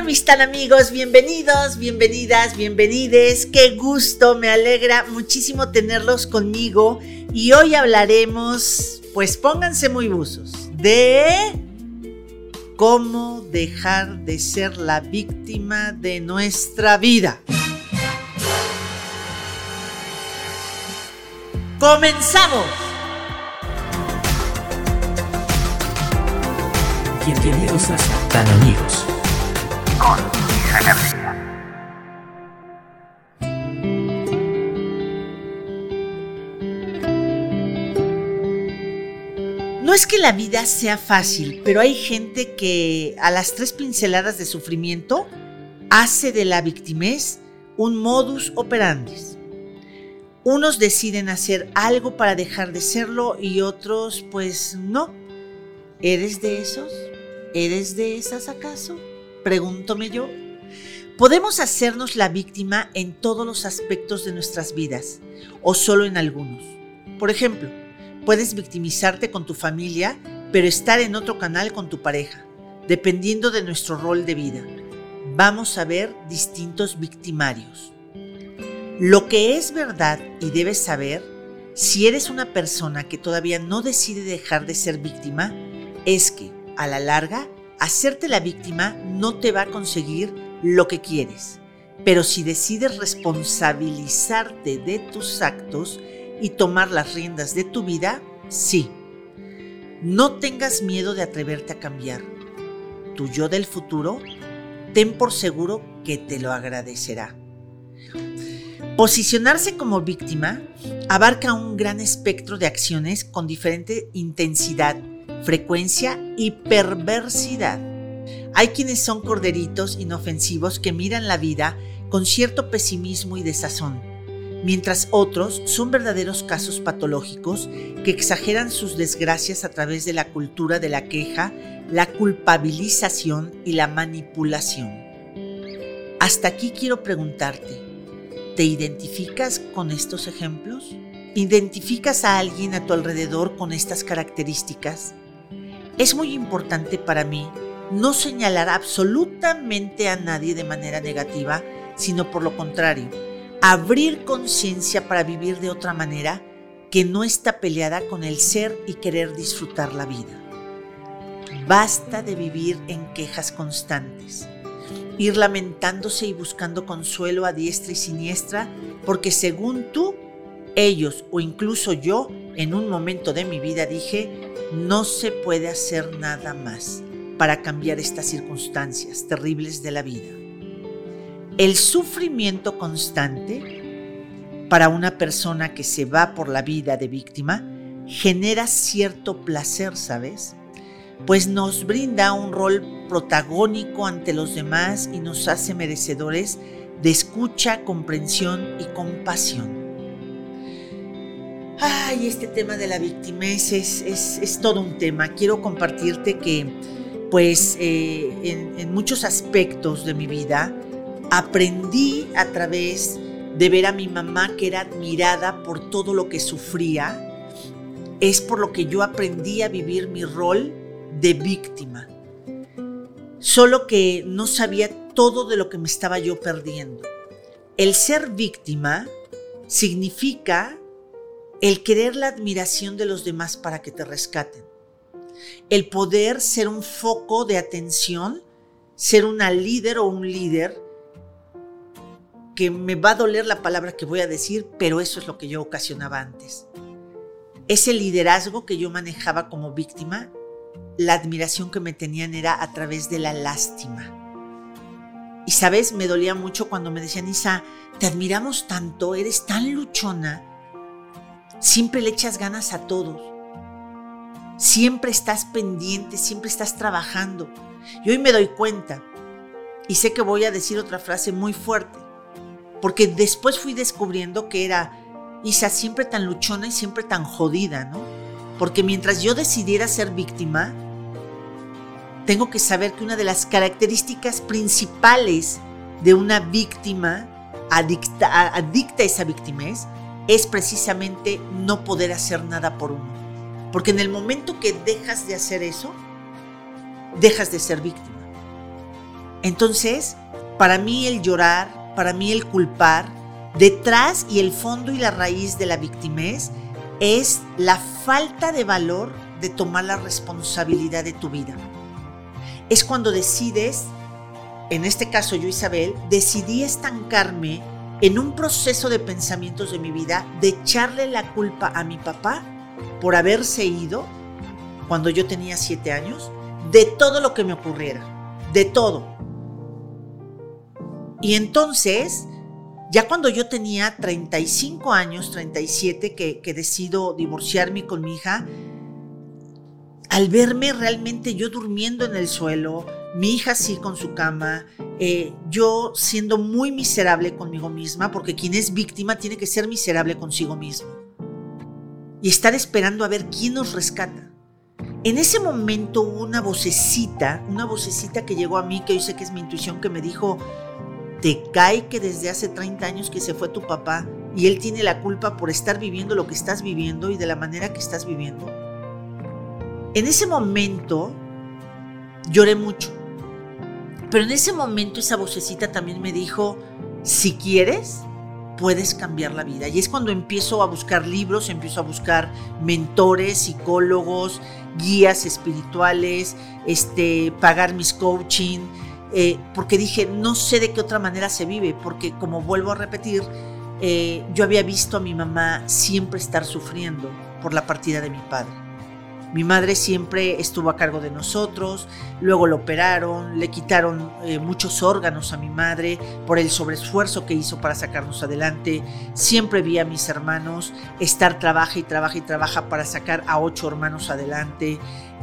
mis tan amigos? Bienvenidos, bienvenidas, bienvenides. Qué gusto, me alegra muchísimo tenerlos conmigo. Y hoy hablaremos, pues pónganse muy buzos, de cómo dejar de ser la víctima de nuestra vida. ¡Comenzamos! Bienvenidos a Tan Amigos con Isa García. No es que la vida sea fácil, pero hay gente que a las 3 pinceladas de sufrimiento hace de la victimez un modus operandi. Unos deciden hacer algo para dejar de serlo y otros pues no. ¿Eres de esos? ¿Eres de esas acaso? Pregúntome yo. Podemos hacernos la víctima en todos los aspectos de nuestras vidas o solo en algunos. Por ejemplo, puedes victimizarte con tu familia, pero estar en otro canal con tu pareja, dependiendo de nuestro rol de vida. Vamos a ver distintos victimarios. Lo que es verdad y debes saber, si eres una persona que todavía no decide dejar de ser víctima, es que, a la larga, hacerte la víctima no te va a conseguir lo que quieres. Pero si decides responsabilizarte de tus actos y tomar las riendas de tu vida, sí. No tengas miedo de atreverte a cambiar. Tu yo del futuro, ten por seguro que te lo agradecerá. Posicionarse como víctima abarca un gran espectro de acciones con diferente intensidad, frecuencia y perversidad. Hay quienes son corderitos inofensivos que miran la vida con cierto pesimismo y desazón, mientras otros son verdaderos casos patológicos que exageran sus desgracias a través de la cultura de la queja, la culpabilización y la manipulación. Hasta aquí quiero preguntarte, ¿te identificas con estos ejemplos? ¿Identificas a alguien a tu alrededor con estas características? Es muy importante para mí no señalar absolutamente a nadie de manera negativa, sino por lo contrario, abrir conciencia para vivir de otra manera que no está peleada con el ser y querer disfrutar la vida. Basta de vivir en quejas constantes, ir lamentándose y buscando consuelo a diestra y siniestra, porque según tú, ellos o incluso yo, en un momento de mi vida dije, no se puede hacer nada más para cambiar estas circunstancias terribles de la vida. El sufrimiento constante para una persona que se va por la vida de víctima genera cierto placer, ¿sabes? Pues nos brinda un rol protagónico ante los demás y nos hace merecedores de escucha, comprensión y compasión. Ay, este tema de la victimez es todo un tema. Quiero compartirte que, pues, en muchos aspectos de mi vida, aprendí a través de ver a mi mamá que era admirada por todo lo que sufría. Es por lo que yo aprendí a vivir mi rol de víctima. Solo que no sabía todo de lo que me estaba yo perdiendo. El ser víctima significa el querer la admiración de los demás para que te rescaten. El poder ser un foco de atención, ser una líder o un líder, que me va a doler la palabra que voy a decir, pero eso es lo que yo ocasionaba antes. Ese liderazgo que yo manejaba como víctima, la admiración que me tenían era a través de la lástima. Y sabes, me dolía mucho cuando me decían, Isa, te admiramos tanto, eres tan luchona, siempre le echas ganas a todos, siempre estás pendiente, siempre estás trabajando. Y hoy me doy cuenta, y sé que voy a decir otra frase muy fuerte, porque después fui descubriendo que era Isa siempre tan luchona y siempre tan jodida, ¿no? Porque mientras yo decidiera ser víctima, tengo que saber que una de las características principales de una víctima adicta a esa victimez es precisamente no poder hacer nada por uno. Porque en el momento que dejas de hacer eso, dejas de ser víctima. Entonces, para mí el llorar, para mí el culpar, detrás y el fondo y la raíz de la victimez es la falta de valor de tomar la responsabilidad de tu vida. Es cuando decides, en este caso yo, Isabel, decidí estancarme en un proceso de pensamientos de mi vida, de echarle la culpa a mi papá por haberse ido cuando yo tenía 7 años, de todo lo que me ocurriera, de todo. Y entonces, ya cuando yo tenía 35 años, 37, que decido divorciarme con mi hija, al verme realmente yo durmiendo en el suelo, mi hija así con su cama, yo siendo muy miserable conmigo misma, porque quien es víctima tiene que ser miserable consigo mismo y estar esperando a ver quién nos rescata. En ese momento hubo una vocecita que llegó a mí, que yo sé que es mi intuición, que me dijo: te cae que desde hace 30 años que se fue tu papá y él tiene la culpa por estar viviendo lo que estás viviendo y de la manera que estás viviendo. En ese momento lloré mucho, pero en ese momento esa vocecita también me dijo: si quieres, puedes cambiar la vida. Y es cuando empiezo a buscar libros, empiezo a buscar mentores, psicólogos, guías espirituales, pagar mis coaching, porque dije, no sé de qué otra manera se vive, porque como vuelvo a repetir, yo había visto a mi mamá siempre estar sufriendo por la partida de mi padre. Mi madre siempre estuvo a cargo de nosotros, luego lo operaron, le quitaron muchos órganos a mi madre por el sobreesfuerzo que hizo para sacarnos adelante. Siempre vi a mis hermanos estar trabaja y trabaja para sacar a 8 hermanos adelante.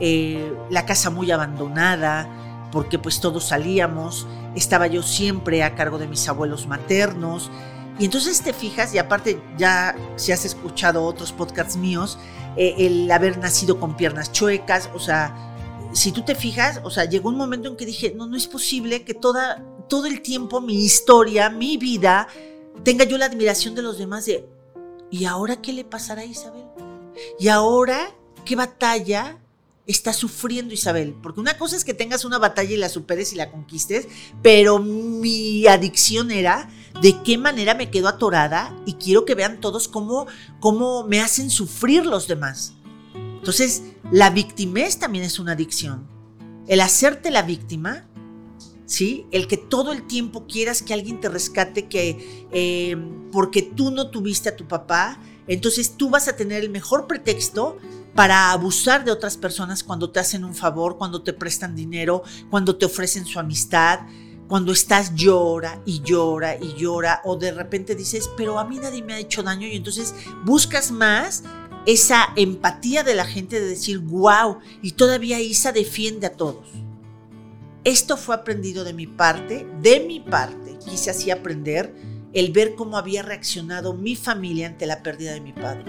La casa muy abandonada, porque pues todos salíamos. Estaba yo siempre a cargo de mis abuelos maternos. Y entonces te fijas, y aparte ya si has escuchado otros podcasts míos, el haber nacido con piernas chuecas, o sea, si tú te fijas, o sea, llegó un momento en que dije, no es posible que todo el tiempo mi historia, mi vida, tenga yo la admiración de los demás de, ¿y ahora qué le pasará a Isabel? ¿Y ahora qué batalla está sufriendo Isabel? Porque una cosa es que tengas una batalla y la superes y la conquistes, pero mi adicción era de qué manera me quedo atorada y quiero que vean todos cómo me hacen sufrir los demás. Entonces, la victimez también es una adicción. El hacerte la víctima, ¿sí? El que todo el tiempo quieras que alguien te rescate, porque tú no tuviste a tu papá, entonces tú vas a tener el mejor pretexto para abusar de otras personas cuando te hacen un favor, cuando te prestan dinero, cuando te ofrecen su amistad, cuando estás llora y llora y llora, o de repente dices, pero a mí nadie me ha hecho daño, y entonces buscas más esa empatía de la gente de decir, wow, y todavía Isa defiende a todos. Esto fue aprendido de mi parte, quise así aprender el ver cómo había reaccionado mi familia ante la pérdida de mi padre.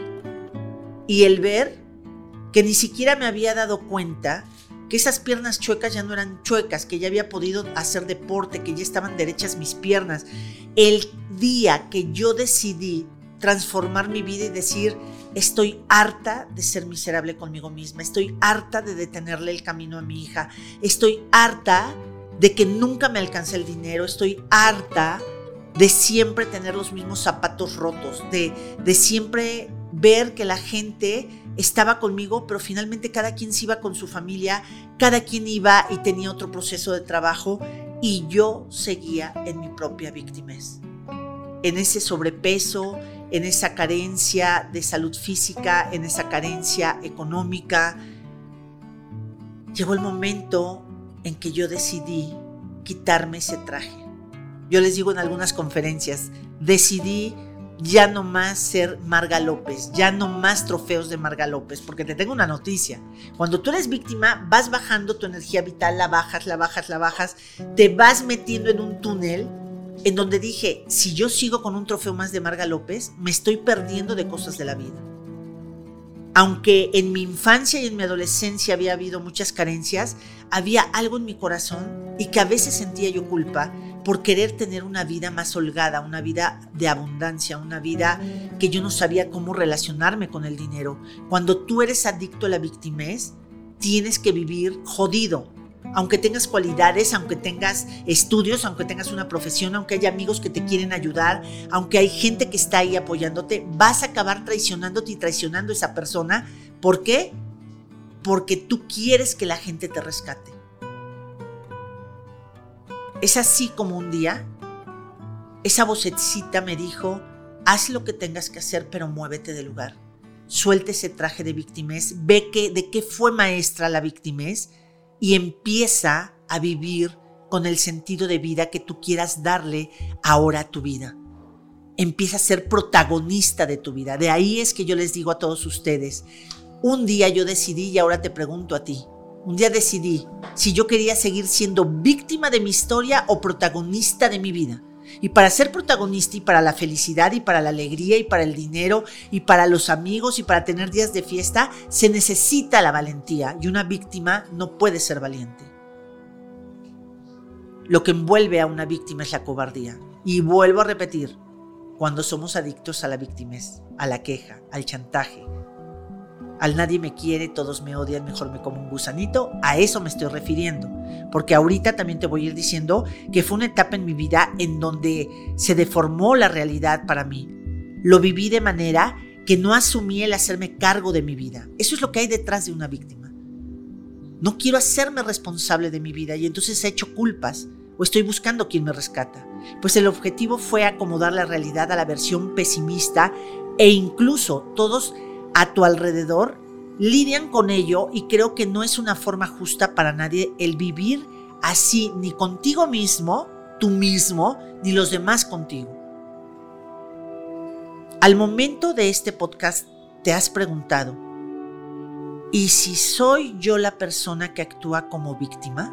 Y el ver que ni siquiera me había dado cuenta que esas piernas chuecas ya no eran chuecas, que ya había podido hacer deporte, que ya estaban derechas mis piernas. El día que yo decidí transformar mi vida y decir, estoy harta de ser miserable conmigo misma, estoy harta de detenerle el camino a mi hija, estoy harta de que nunca me alcance el dinero, estoy harta de siempre tener los mismos zapatos rotos, de siempre ver que la gente estaba conmigo, pero finalmente cada quien se iba con su familia, cada quien iba y tenía otro proceso de trabajo, y yo seguía en mi propia victimez, en ese sobrepeso, en esa carencia de salud física, en esa carencia económica. Llegó el momento en que yo decidí quitarme ese traje. Yo les digo en algunas conferencias, decidí ya no más ser Marga López, ya no más trofeos de Marga López, porque te tengo una noticia. Cuando tú eres víctima, vas bajando tu energía vital, la bajas, te vas metiendo en un túnel en donde dije, si yo sigo con un trofeo más de Marga López, me estoy perdiendo de cosas de la vida. Aunque en mi infancia y en mi adolescencia había habido muchas carencias, había algo en mi corazón y que a veces sentía yo culpa por querer tener una vida más holgada, una vida de abundancia, una vida que yo no sabía cómo relacionarme con el dinero. Cuando tú eres adicto a la victimez, tienes que vivir jodido, Aunque tengas cualidades, aunque tengas estudios, aunque tengas una profesión, aunque haya amigos que te quieren ayudar, aunque hay gente que está ahí apoyándote, vas a acabar traicionándote y traicionando a esa persona. ¿Por qué? Porque tú quieres que la gente te rescate. Es así como un día esa vocecita me dijo: haz lo que tengas que hacer, pero muévete del lugar. Suelta ese traje de victimez, ve de qué fue maestra la victimez y empieza a vivir con el sentido de vida que tú quieras darle ahora a tu vida. Empieza a ser protagonista de tu vida. De ahí es que yo les digo a todos ustedes, un día yo decidí, y ahora te pregunto a ti, un día decidí si yo quería seguir siendo víctima de mi historia o protagonista de mi vida. Y para ser protagonista y para la felicidad y para la alegría y para el dinero y para los amigos y para tener días de fiesta, se necesita la valentía, y una víctima no puede ser valiente. Lo que envuelve a una víctima es la cobardía. Y vuelvo a repetir, cuando somos adictos a la victimez, a la queja, al chantaje, al nadie me quiere, todos me odian, mejor me como un gusanito, a eso me estoy refiriendo. Porque ahorita también te voy a ir diciendo que fue una etapa en mi vida en donde se deformó la realidad para mí. Lo viví de manera que no asumí el hacerme cargo de mi vida. Eso es lo que hay detrás de una víctima. No quiero hacerme responsable de mi vida y entonces he hecho culpas o estoy buscando quien me rescata. Pues el objetivo fue acomodar la realidad a la versión pesimista e incluso todos a tu alrededor lidian con ello y creo que no es una forma justa para nadie el vivir así, ni contigo mismo, tú mismo, ni los demás contigo. Al momento de este podcast te has preguntado, ¿y si soy yo la persona que actúa como víctima?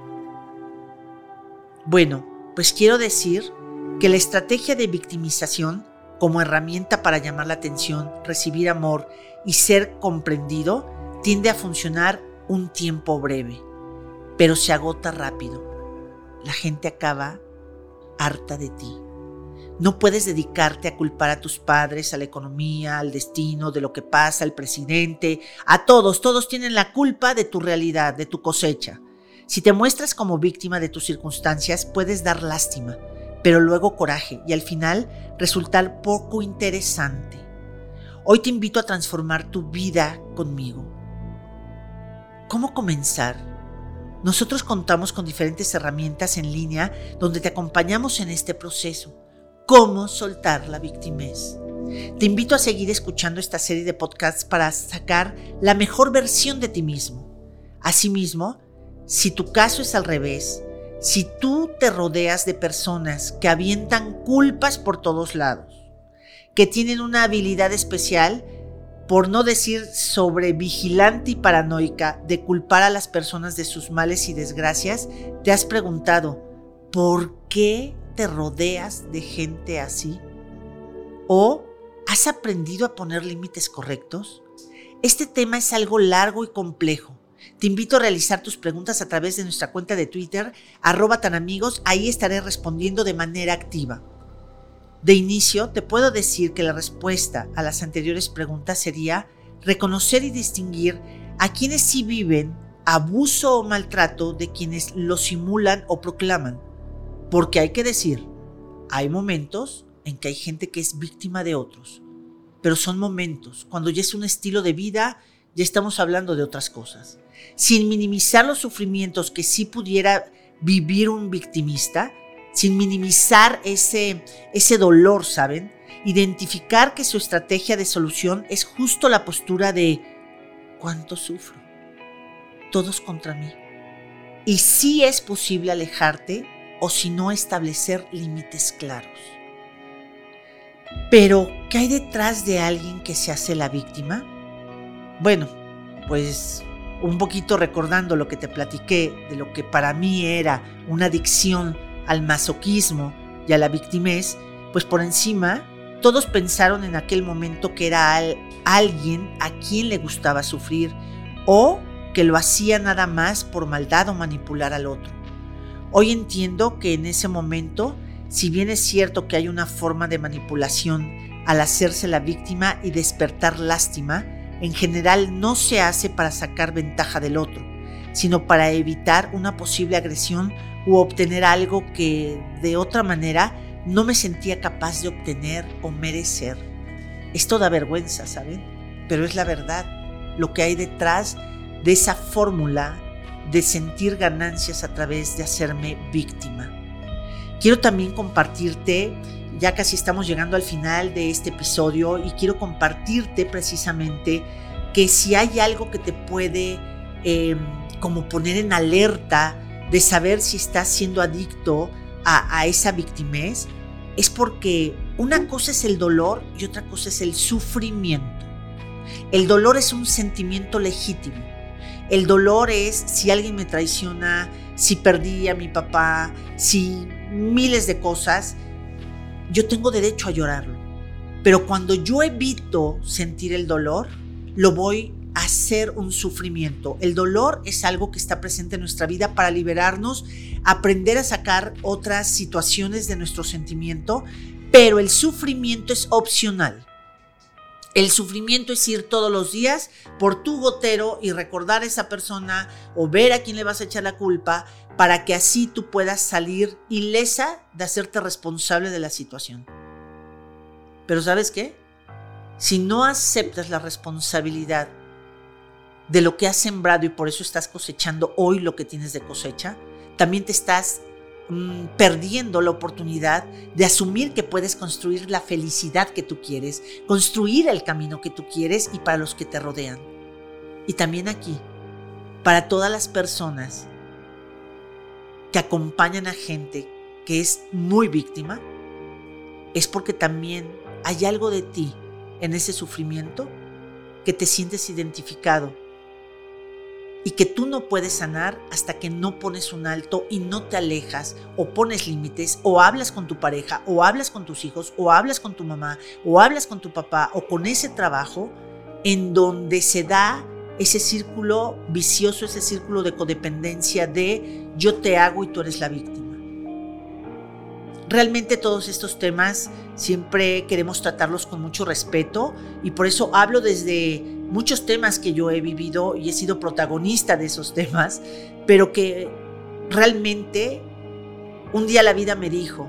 Bueno, pues quiero decir que la estrategia de victimización como herramienta para llamar la atención, recibir amor y ser comprendido, tiende a funcionar un tiempo breve, pero se agota rápido. La gente acaba harta de ti. No puedes dedicarte a culpar a tus padres, a la economía, al destino, de lo que pasa, al presidente, a todos. Todos tienen la culpa de tu realidad, de tu cosecha. Si te muestras como víctima de tus circunstancias, puedes dar lástima, pero luego coraje y al final resultar poco interesante. Hoy te invito a transformar tu vida conmigo. ¿Cómo comenzar? Nosotros contamos con diferentes herramientas en línea donde te acompañamos en este proceso. ¿Cómo soltar la victimez? Te invito a seguir escuchando esta serie de podcasts para sacar la mejor versión de ti mismo. Asimismo, si tu caso es al revés, si tú te rodeas de personas que avientan culpas por todos lados, que tienen una habilidad especial, por no decir sobrevigilante y paranoica, de culpar a las personas de sus males y desgracias, te has preguntado, ¿por qué te rodeas de gente así? ¿O has aprendido a poner límites correctos? Este tema es algo largo y complejo. Te invito a realizar tus preguntas a través de nuestra cuenta de Twitter, @tanamigos, ahí estaré respondiendo de manera activa. De inicio, te puedo decir que la respuesta a las anteriores preguntas sería reconocer y distinguir a quienes sí viven abuso o maltrato de quienes lo simulan o proclaman. Porque hay que decir, hay momentos en que hay gente que es víctima de otros, pero son momentos. Cuando ya es un estilo de vida, ya estamos hablando de otras cosas. Sin minimizar los sufrimientos que sí pudiera vivir un victimista, sin minimizar ese dolor, ¿saben? Identificar que su estrategia de solución es justo la postura de ¿cuánto sufro? Todos contra mí. Y sí es posible alejarte o si no establecer límites claros. Pero, ¿qué hay detrás de alguien que se hace la víctima? Bueno, pues un poquito recordando lo que te platiqué de lo que para mí era una adicción al masoquismo y a la victimez, pues por encima todos pensaron en aquel momento que era alguien a quien le gustaba sufrir o que lo hacía nada más por maldad o manipular al otro. Hoy entiendo que en ese momento, si bien es cierto que hay una forma de manipulación al hacerse la víctima y despertar lástima, en general no se hace para sacar ventaja del otro, sino para evitar una posible agresión u obtener algo que de otra manera no me sentía capaz de obtener o merecer. Esto da vergüenza, ¿saben? Pero es la verdad, lo que hay detrás de esa fórmula de sentir ganancias a través de hacerme víctima. Quiero también compartirte, ya casi estamos llegando al final de este episodio, y quiero compartirte precisamente que si hay algo que te puede como poner en alerta de saber si estás siendo adicto a esa victimez, es porque una cosa es el dolor y otra cosa es el sufrimiento. El dolor es un sentimiento legítimo. El dolor es si alguien me traiciona, si perdí a mi papá, si miles de cosas. Yo tengo derecho a llorarlo. Pero cuando yo evito sentir el dolor, lo voy a hacer un sufrimiento. El dolor es algo que está presente en nuestra vida para liberarnos, aprender a sacar otras situaciones de nuestro sentimiento, pero el sufrimiento es opcional. El sufrimiento es ir todos los días por tu gotero y recordar a esa persona o ver a quién le vas a echar la culpa para que así tú puedas salir ilesa de hacerte responsable de la situación. Pero ¿sabes qué? Si no aceptas la responsabilidad de lo que has sembrado y por eso estás cosechando hoy lo que tienes de cosecha, también te estás perdiendo la oportunidad de asumir que puedes construir la felicidad que tú quieres, construir el camino que tú quieres y para los que te rodean. Y también aquí, para todas las personas que acompañan a gente que es muy víctima, es porque también hay algo de ti en ese sufrimiento que te sientes identificado y que tú no puedes sanar hasta que no pones un alto y no te alejas o pones límites o hablas con tu pareja o hablas con tus hijos o hablas con tu mamá o hablas con tu papá o con ese trabajo en donde se da ese círculo vicioso, ese círculo de codependencia de yo te hago y tú eres la víctima. Realmente todos estos temas siempre queremos tratarlos con mucho respeto y por eso hablo desde muchos temas que yo he vivido y he sido protagonista de esos temas, pero que realmente un día la vida me dijo,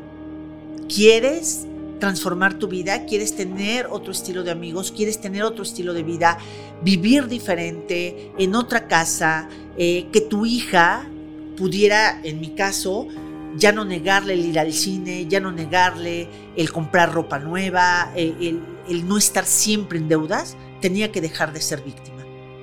¿quieres transformar tu vida? ¿Quieres tener otro estilo de amigos? ¿Quieres tener otro estilo de vida? Vivir diferente, en otra casa, que tu hija pudiera, en mi caso, ya no negarle el ir al cine, ya no negarle el comprar ropa nueva, el no estar siempre en deudas, tenía que dejar de ser víctima.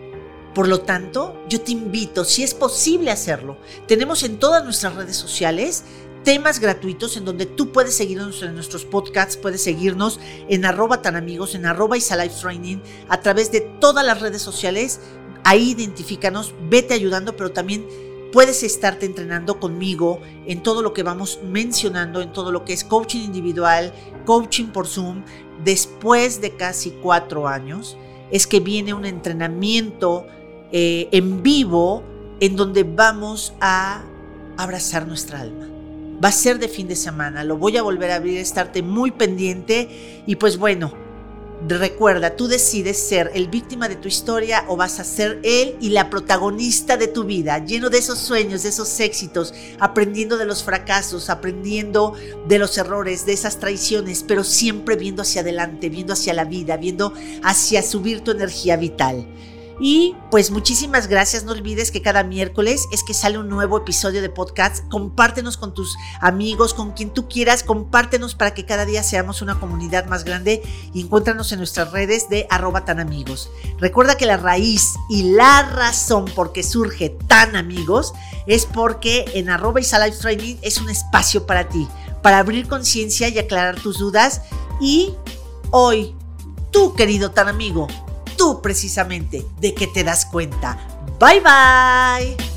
Por lo tanto, yo te invito, si es posible hacerlo, tenemos en todas nuestras redes sociales temas gratuitos en donde tú puedes seguirnos en nuestros podcasts, puedes seguirnos en @tanamigos, en @isalifetraining, a través de todas las redes sociales. Ahí identifícanos, vete ayudando, pero también puedes estarte entrenando conmigo en todo lo que vamos mencionando, en todo lo que es coaching individual, coaching por Zoom. Después de casi 4 años, es que viene un entrenamiento en vivo en donde vamos a abrazar nuestra alma. Va a ser de fin de semana, lo voy a volver a abrir, estarte muy pendiente y pues bueno, recuerda, tú decides ser el víctima de tu historia o vas a ser él y la protagonista de tu vida, lleno de esos sueños, de esos éxitos, aprendiendo de los fracasos, aprendiendo de los errores, de esas traiciones, pero siempre viendo hacia adelante, viendo hacia la vida, viendo hacia subir tu energía vital. Y pues muchísimas gracias, no olvides que cada miércoles es que sale un nuevo episodio de podcast. Compártenos con tus amigos, con quien tú quieras, compártenos para que cada día seamos una comunidad más grande y encuéntranos en nuestras redes de @tanamigos. Recuerda que la raíz y la razón por qué surge Tan Amigos es porque en @isalifetraining es un espacio para ti, para abrir conciencia y aclarar tus dudas. Y hoy, tú querido Tan Amigo, tú precisamente, ¿de qué te das cuenta? Bye bye.